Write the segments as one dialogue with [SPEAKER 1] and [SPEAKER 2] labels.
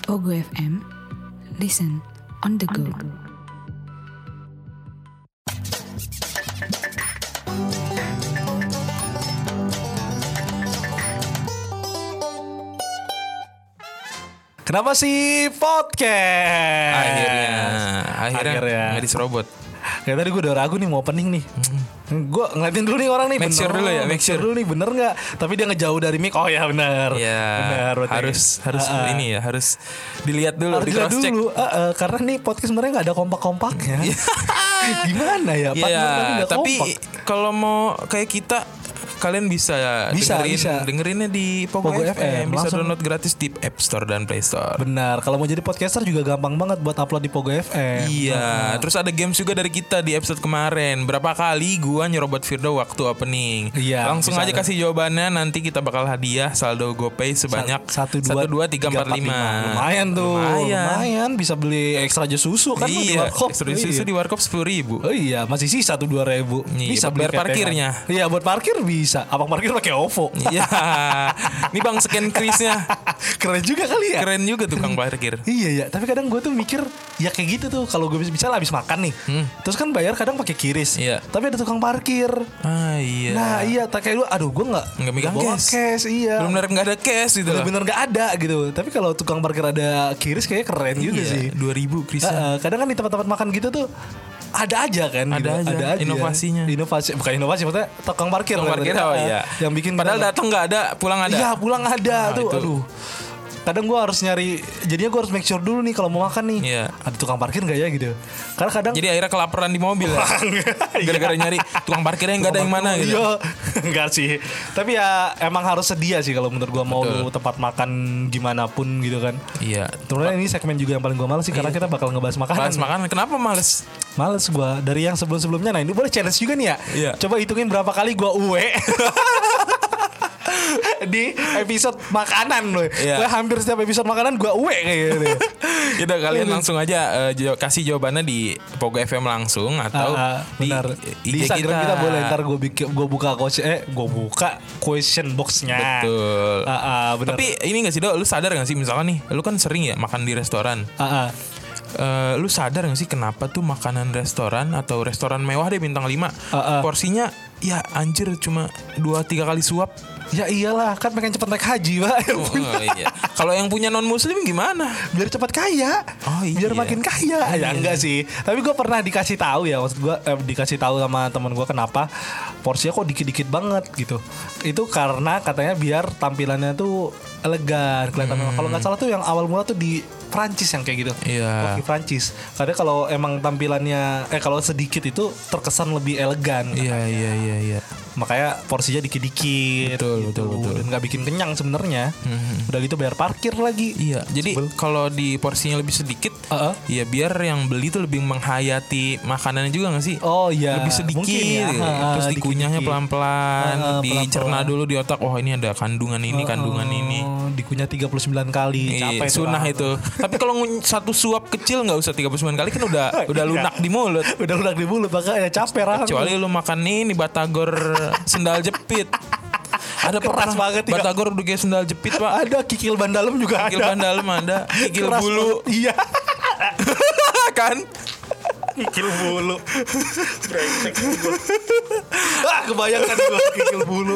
[SPEAKER 1] Pogo FM, listen on the go.
[SPEAKER 2] Kenapa sih podcast?
[SPEAKER 3] Akhirnya nggak diserobot.
[SPEAKER 2] Kayak tadi gue udah ragu nih mau opening nih. Gue ngeliatin dulu nih orang nih.
[SPEAKER 3] Make sure
[SPEAKER 2] dulu nih bener nggak? Tapi dia ngejauh dari mic. Oh ya bener.
[SPEAKER 3] Iya.
[SPEAKER 2] Bener.
[SPEAKER 3] Harus ini ya harus dilihat dulu.
[SPEAKER 2] Harus dilihat dulu. Karena nih podcast sebenarnya nggak ada kompak-kompaknya. Gimana ya?
[SPEAKER 3] Iya. Tapi kalau mau kayak kita, kalian bisa dengerinnya di Pogo FM. Bisa
[SPEAKER 2] langsung
[SPEAKER 3] download gratis di App Store dan Play Store.
[SPEAKER 2] Benar. Kalau mau jadi podcaster juga gampang banget buat upload di Pogo FM.
[SPEAKER 3] Iya. Terus ada games juga dari kita di episode kemarin. Berapa kali gua nyerobot Firdo waktu opening.
[SPEAKER 2] Iya.
[SPEAKER 3] Langsung aja kasih jawabannya. Nanti kita bakal hadiah saldo GoPay sebanyak
[SPEAKER 2] 1, 2, 3, 4, 5. Lumayan tuh. Lumayan. Bisa beli ekstra jus susu kan di Warkop.
[SPEAKER 3] Ekstra jus susu di Warkop 10.000.
[SPEAKER 2] Oh iya. Masih sisa tuh 2.000. Bisa beli
[SPEAKER 3] bayar parkirnya.
[SPEAKER 2] Iya buat parkir bisa. Abang parkir pakai OVO.
[SPEAKER 3] Iya. Ini bang scan krisnya.
[SPEAKER 2] Keren juga kali ya.
[SPEAKER 3] Keren juga tukang parkir.
[SPEAKER 2] Iya ya. Tapi kadang gue tuh mikir ya kayak gitu tuh. Kalau gue bisa habis makan nih. Terus kan bayar kadang pakai kiris.
[SPEAKER 3] Iya.
[SPEAKER 2] Tapi ada tukang parkir.
[SPEAKER 3] Ah iya.
[SPEAKER 2] Nah iya. Tak kayak lu. Aduh gue nggak
[SPEAKER 3] megang
[SPEAKER 2] cash. Iya.
[SPEAKER 3] Benar nggak ada cash gitu.
[SPEAKER 2] Benar nggak ada gitu. Tapi kalau tukang parkir ada kiris kayaknya keren juga sih.
[SPEAKER 3] 2.000 krisnya.
[SPEAKER 2] Kadang kan di tempat-tempat makan gitu tuh ada aja kan
[SPEAKER 3] ada
[SPEAKER 2] gitu.
[SPEAKER 3] aja inovasinya.
[SPEAKER 2] Bukan inovasi maksudnya tukang parkir
[SPEAKER 3] oh iya
[SPEAKER 2] yang bikin
[SPEAKER 3] padahal datang nggak ada, pulang ada.
[SPEAKER 2] Iya pulang ada tuh itu. Aduh kadang gue harus nyari, jadinya gue harus make sure dulu nih kalau mau makan nih.
[SPEAKER 3] Iya.
[SPEAKER 2] Ada tukang parkir nggak ya gitu. Karena kadang
[SPEAKER 3] jadi akhirnya kelaparan di mobil ya. Gara-gara nyari tukang parkirnya nggak ada yang mana gitu.
[SPEAKER 2] Iya enggak sih. Tapi ya emang harus sedia sih kalau menurut gue mau lu tempat makan gimana pun gitu kan.
[SPEAKER 3] Iya.
[SPEAKER 2] Terus ini segmen juga yang paling gue males sih karena kita bakal ngebahas makanan.
[SPEAKER 3] Bahas makanan. Kenapa males?
[SPEAKER 2] Males gue dari yang sebelum-sebelumnya. Nah ini boleh challenge juga nih ya.
[SPEAKER 3] Iya.
[SPEAKER 2] Coba hitungin berapa kali gue uwe di episode makanan loh. Gue hampir setiap episode makanan gue uwe kayak gitu.
[SPEAKER 3] Udah kalian langsung aja kasih jawabannya di Pogo FM langsung atau
[SPEAKER 2] benar. Di Instagram kita boleh. Ntar gue buka question boxnya.
[SPEAKER 3] Betul.
[SPEAKER 2] Benar.
[SPEAKER 3] Tapi ini nggak sih lu sadar nggak sih misalkan nih lu kan sering ya makan di restoran. Lu sadar gak sih kenapa tuh makanan restoran atau restoran mewah deh bintang 5 porsinya ya anjir cuma 2-3 kali suap.
[SPEAKER 2] Ya iyalah kan pengen cepet naik haji Pak.
[SPEAKER 3] Iya. Kalau yang punya non muslim gimana?
[SPEAKER 2] Biar cepat kaya. Oh iya. Biar makin kaya. Ya enggak sih. Tapi gue pernah dikasih tahu ya, maksud gue dikasih tahu sama teman gue kenapa porsinya kok dikit-dikit banget gitu. Itu karena katanya biar tampilannya tuh elegan, kelihatan. Kalau nggak salah tuh yang awal mula tuh di Prancis yang kayak gitu.
[SPEAKER 3] Iya.
[SPEAKER 2] Kopi Prancis. Karena kalau emang tampilannya kalau sedikit itu terkesan lebih elegan.
[SPEAKER 3] Iya.
[SPEAKER 2] Makanya porsinya dikit-dikit.
[SPEAKER 3] Betul.
[SPEAKER 2] Dan nggak bikin kenyang sebenarnya. Udah gitu bayar parkir lagi.
[SPEAKER 3] Iya. Jadi kalau di porsinya lebih sedikit, ya biar yang beli tuh lebih menghayati makanannya juga nggak sih?
[SPEAKER 2] Oh iya.
[SPEAKER 3] Lebih sedikit.
[SPEAKER 2] Ya.
[SPEAKER 3] Terus dikunyahnya pelan-pelan, dicerna dulu di otak. Oh ini ada kandungan ini.
[SPEAKER 2] Dikunyah 39 kali. Capek
[SPEAKER 3] sunah itu. Tapi kalau satu suap kecil nggak usah 39 kali kan udah lunak di mulut.
[SPEAKER 2] Udah lunak di mulut makanya capek rasanya.
[SPEAKER 3] Kecuali lu makan ini batagor sendal jepit. Ada
[SPEAKER 2] keras banget ya.
[SPEAKER 3] batagor udah kayak sendal jepit Pak.
[SPEAKER 2] Ada kikil ban dalam juga
[SPEAKER 3] kikil ban dalam ada. Kikil
[SPEAKER 2] keras
[SPEAKER 3] bulu.
[SPEAKER 2] Iya.
[SPEAKER 3] Kan?
[SPEAKER 2] Kikil bulu. Brengsek gue. Kebayangkan gue kikil bulu.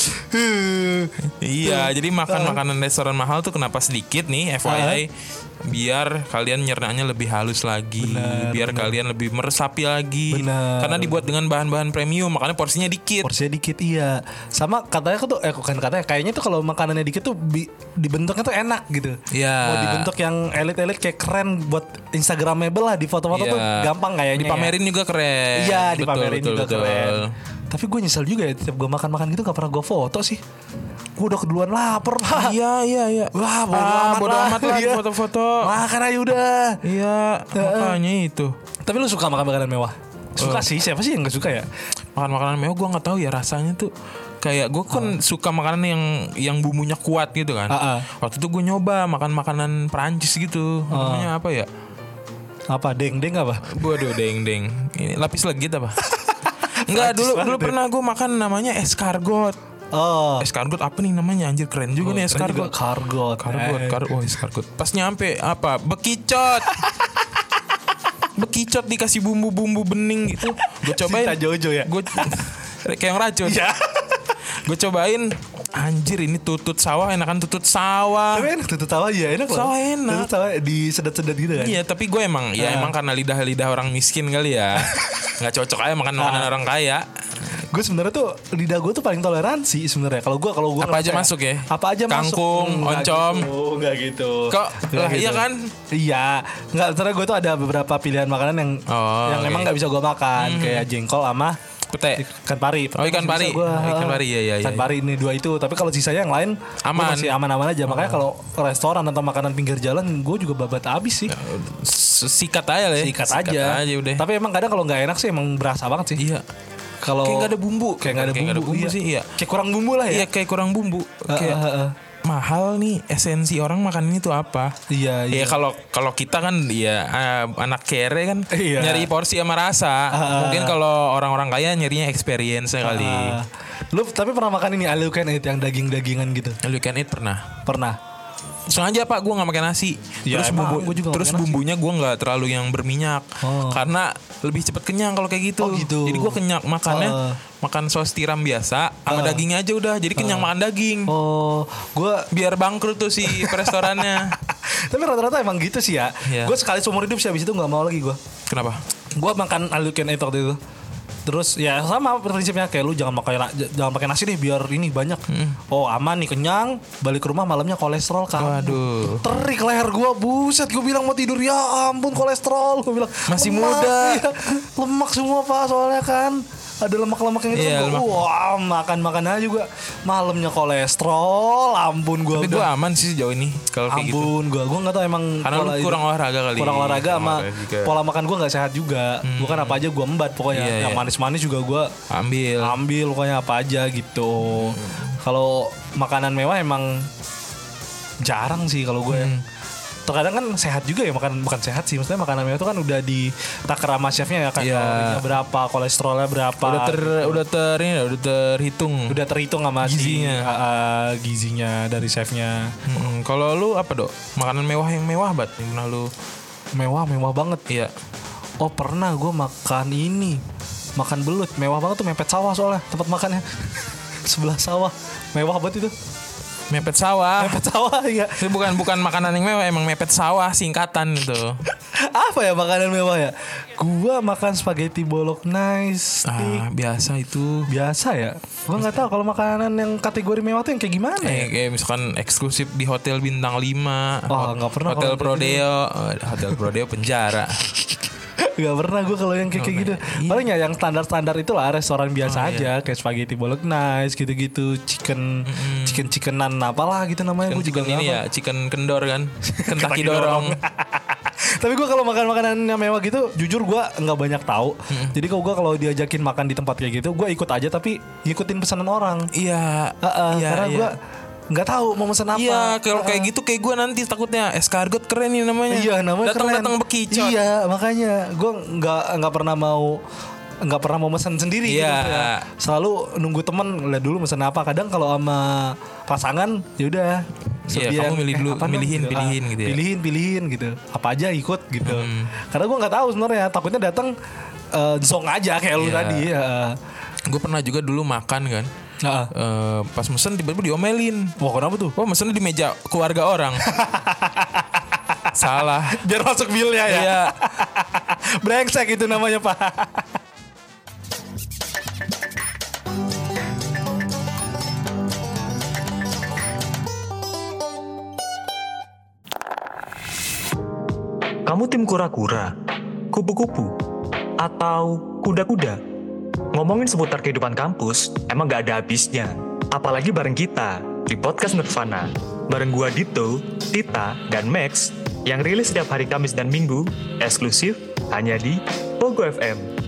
[SPEAKER 3] Iya, jadi makan makanan restoran mahal tuh kenapa sedikit nih FYI. Biar kalian nyernanya lebih halus lagi. Biar kalian lebih meresapi lagi. Karena dibuat dengan bahan-bahan premium, makanya porsinya dikit.
[SPEAKER 2] Iya. Sama katanya tuh kayaknya tuh kalau makanannya dikit tuh dibentuknya tuh enak gitu.
[SPEAKER 3] Iya.
[SPEAKER 2] Mau dibentuk yang elit-elit kayak keren buat Instagramable lah, di foto-foto tuh gampang kayaknya.
[SPEAKER 3] Dipamerin juga keren.
[SPEAKER 2] Iya, dipamerin juga keren. Tapi gue nyesel juga ya, tiap gue makan gitu gak pernah gue foto sih. Gue udah keduluan lapar Pak.
[SPEAKER 3] Iya.
[SPEAKER 2] Wah bodo amat lah foto-foto. Makan aja udah.
[SPEAKER 3] Iya, makanya itu.
[SPEAKER 2] Tapi lu suka makan makanan mewah? Suka sih, siapa sih yang gak suka ya?
[SPEAKER 3] Makan makanan mewah gue gak tahu ya rasanya tuh. Kayak gue kan suka makanan yang bumbunya kuat gitu kan. Waktu itu gue nyoba makan makanan Perancis gitu. Namanya apa ya?
[SPEAKER 2] Apa? Deng-deng apa?
[SPEAKER 3] Waduh deng-deng. Ini lapis legit apa? Enggak, dulu pernah gue makan namanya escargot. Escargot apa nih namanya, anjir keren juga nih escargot.
[SPEAKER 2] Escargot.
[SPEAKER 3] Escargot. Pas nyampe apa? Bekicot. Bekicot dikasih bumbu-bumbu bening gitu. Gue cobain.
[SPEAKER 2] Cinta Jojo ya.
[SPEAKER 3] Gue kayak yang racun. Gue cobain, anjir ini tutut sawah, enakan tutut sawah.
[SPEAKER 2] Tapi enak tutut sawah ya, enak
[SPEAKER 3] sawah
[SPEAKER 2] loh.
[SPEAKER 3] enak.
[SPEAKER 2] Tutut sawah disedet-sedet gitu kan.
[SPEAKER 3] Iya, tapi gue emang emang karena lidah orang miskin kali ya. Nggak cocok aja makan makanan orang kaya.
[SPEAKER 2] Gue sebenarnya tuh lidah gue tuh paling toleransi sebenarnya. Kalau gue
[SPEAKER 3] apa aja masuk ya?
[SPEAKER 2] Apa aja
[SPEAKER 3] kangkung,
[SPEAKER 2] masuk.
[SPEAKER 3] oncom.
[SPEAKER 2] Enggak gitu.
[SPEAKER 3] Kok lah
[SPEAKER 2] gitu.
[SPEAKER 3] iya kan?
[SPEAKER 2] Iya. Enggak, sebenarnya gue tuh ada beberapa pilihan makanan yang emang nggak bisa gue makan, kayak jengkol sama
[SPEAKER 3] pete,
[SPEAKER 2] ikan pari.
[SPEAKER 3] Ikan pari. Ikan pari ya.
[SPEAKER 2] Ikan pari ini dua itu. Tapi kalau sisanya yang lain
[SPEAKER 3] aman.
[SPEAKER 2] masih aman-aman aja. Makanya kalau restoran atau makanan pinggir jalan gue juga babat abis sih.
[SPEAKER 3] Sikat aja lah ya.
[SPEAKER 2] Sikat aja udah. Tapi emang kadang kalau nggak enak sih emang berasa banget sih.
[SPEAKER 3] Iya.
[SPEAKER 2] Kalau
[SPEAKER 3] kayak nggak ada bumbu.
[SPEAKER 2] Kayak nggak ada bumbu
[SPEAKER 3] sih. Iya.
[SPEAKER 2] Kayak kurang bumbu lah ya.
[SPEAKER 3] Iya kayak kurang bumbu. Kayak mahal nih, esensi orang makan ini tuh apa?
[SPEAKER 2] Iya.
[SPEAKER 3] Ya kalau kita kan anak kere kan nyari porsi sama rasa. Mungkin kalau orang-orang kaya nyarinya experience kali.
[SPEAKER 2] Lu tapi pernah makan ini all you can eat yang daging-dagingan gitu?
[SPEAKER 3] All you can eat pernah. Sengaja Pak gue gak pakai nasi.
[SPEAKER 2] Ya,
[SPEAKER 3] terus bumbunya gue gak terlalu yang berminyak. Karena lebih cepat kenyang kalau kayak gitu. Jadi gue kenyang makannya makan saus tiram biasa sama dagingnya aja udah. Jadi kenyang makan daging.
[SPEAKER 2] Gue
[SPEAKER 3] biar bangkrut tuh si restorannya.
[SPEAKER 2] Tapi rata-rata emang gitu sih ya. Gue sekali seumur hidup sih abis itu gak mau lagi gue.
[SPEAKER 3] Kenapa?
[SPEAKER 2] Gue makan all you can eat waktu itu. Terus ya sama prinsipnya kayak lu jangan pakai nasi deh biar ini banyak. Aman nih kenyang, balik ke rumah malamnya kolesterol kan.
[SPEAKER 3] Waduh.
[SPEAKER 2] Terik leher gue, buset gue bilang mau tidur ya ampun kolesterol. Gue bilang
[SPEAKER 3] masih muda.
[SPEAKER 2] Ya, lemak semua Pak soalnya kan. Ada lemak-lemak yang itu. Wah, makan aja juga malamnya kolesterol. Ampun gue.
[SPEAKER 3] Tapi gue aman sih sejauh ini kalau kayak gitu.
[SPEAKER 2] Ampun gue nggak tahu emang.
[SPEAKER 3] Karena lu kurang olahraga kali.
[SPEAKER 2] Kurang olahraga sama pola makan gue nggak sehat juga. Gue kan apa aja gue embat pokoknya. Yang manis-manis juga gue ambil pokoknya apa aja gitu. Kalau makanan mewah emang jarang sih kalau gue. Terkadang kan sehat juga ya bukan sehat sih, maksudnya makanan mewah itu kan udah ditakar sama chefnya ya kan, kalorinya berapa, kolesterolnya berapa,
[SPEAKER 3] udah terhitung sama
[SPEAKER 2] gizinya dari chefnya.
[SPEAKER 3] Kalau lu apa Dok? Makanan mewah yang mewah banget yang pernah lu?
[SPEAKER 2] Mewah banget.
[SPEAKER 3] Iya.
[SPEAKER 2] Pernah gue makan belut mewah banget tuh, mepet sawah soalnya tempat makannya. Sebelah sawah mewah banget itu.
[SPEAKER 3] Mepet sawah
[SPEAKER 2] ya.
[SPEAKER 3] Itu bukan makanan yang mewah, emang mepet sawah singkatan itu.
[SPEAKER 2] Apa ya makanan mewah ya? Gua makan spaghetti bolognese.
[SPEAKER 3] Biasa itu.
[SPEAKER 2] Biasa ya. Gua nggak tahu kalau makanan yang kategori mewah tuh yang kayak gimana ya?
[SPEAKER 3] Kayak misalkan eksklusif di hotel bintang 5.
[SPEAKER 2] Nggak pernah.
[SPEAKER 3] Hotel Prodeo penjara.
[SPEAKER 2] Gak pernah gue kalau yang kayak gitu. Paling ya yang standar-standar itulah restoran biasa aja, kayak spaghetti bolognese gitu-gitu, chickenan apalah gitu namanya. Gue juga
[SPEAKER 3] ini ya, chicken kendor kan, Kentucky dorong.
[SPEAKER 2] Tapi gue kalau makan makanan yang mewah gitu, jujur gue nggak banyak tahu. Jadi kalau diajakin makan di tempat kayak gitu, gue ikut aja tapi ngikutin pesanan orang.
[SPEAKER 3] Iya.
[SPEAKER 2] Karena gue nggak tahu mau pesan apa.
[SPEAKER 3] Iya, kalau kayak gitu kayak gue nanti takutnya escargot keren nih namanya.
[SPEAKER 2] Iya, namanya
[SPEAKER 3] datang bekicot.
[SPEAKER 2] Iya, makanya gue nggak pernah mau pesan sendiri gitu ya. Selalu nunggu teman lihat dulu pesan apa. Kadang kalau sama pasangan ya udah
[SPEAKER 3] kamu milih dulu, pilihin gitu ya.
[SPEAKER 2] Pilihin gitu. Apa aja ikut gitu. Karena gue nggak tahu sebenarnya, takutnya datang zong aja kayak lu tadi.
[SPEAKER 3] Gue pernah juga dulu makan kan. Pas mesen tiba-tiba diomelin.
[SPEAKER 2] Wah, kenapa tuh?
[SPEAKER 3] Mesennya di meja keluarga orang. Salah.
[SPEAKER 2] Biar masuk bilnya ya.
[SPEAKER 3] Iya.
[SPEAKER 2] Brengsek itu namanya Pak.
[SPEAKER 4] Kamu tim kura-kura, kupu-kupu, atau kuda-kuda? Ngomongin seputar kehidupan kampus, emang gak ada habisnya. Apalagi bareng kita, di Podcast Nirvana. Bareng gua Dito, Tita, dan Max, yang rilis setiap hari Kamis dan Minggu, eksklusif hanya di Pogo FM.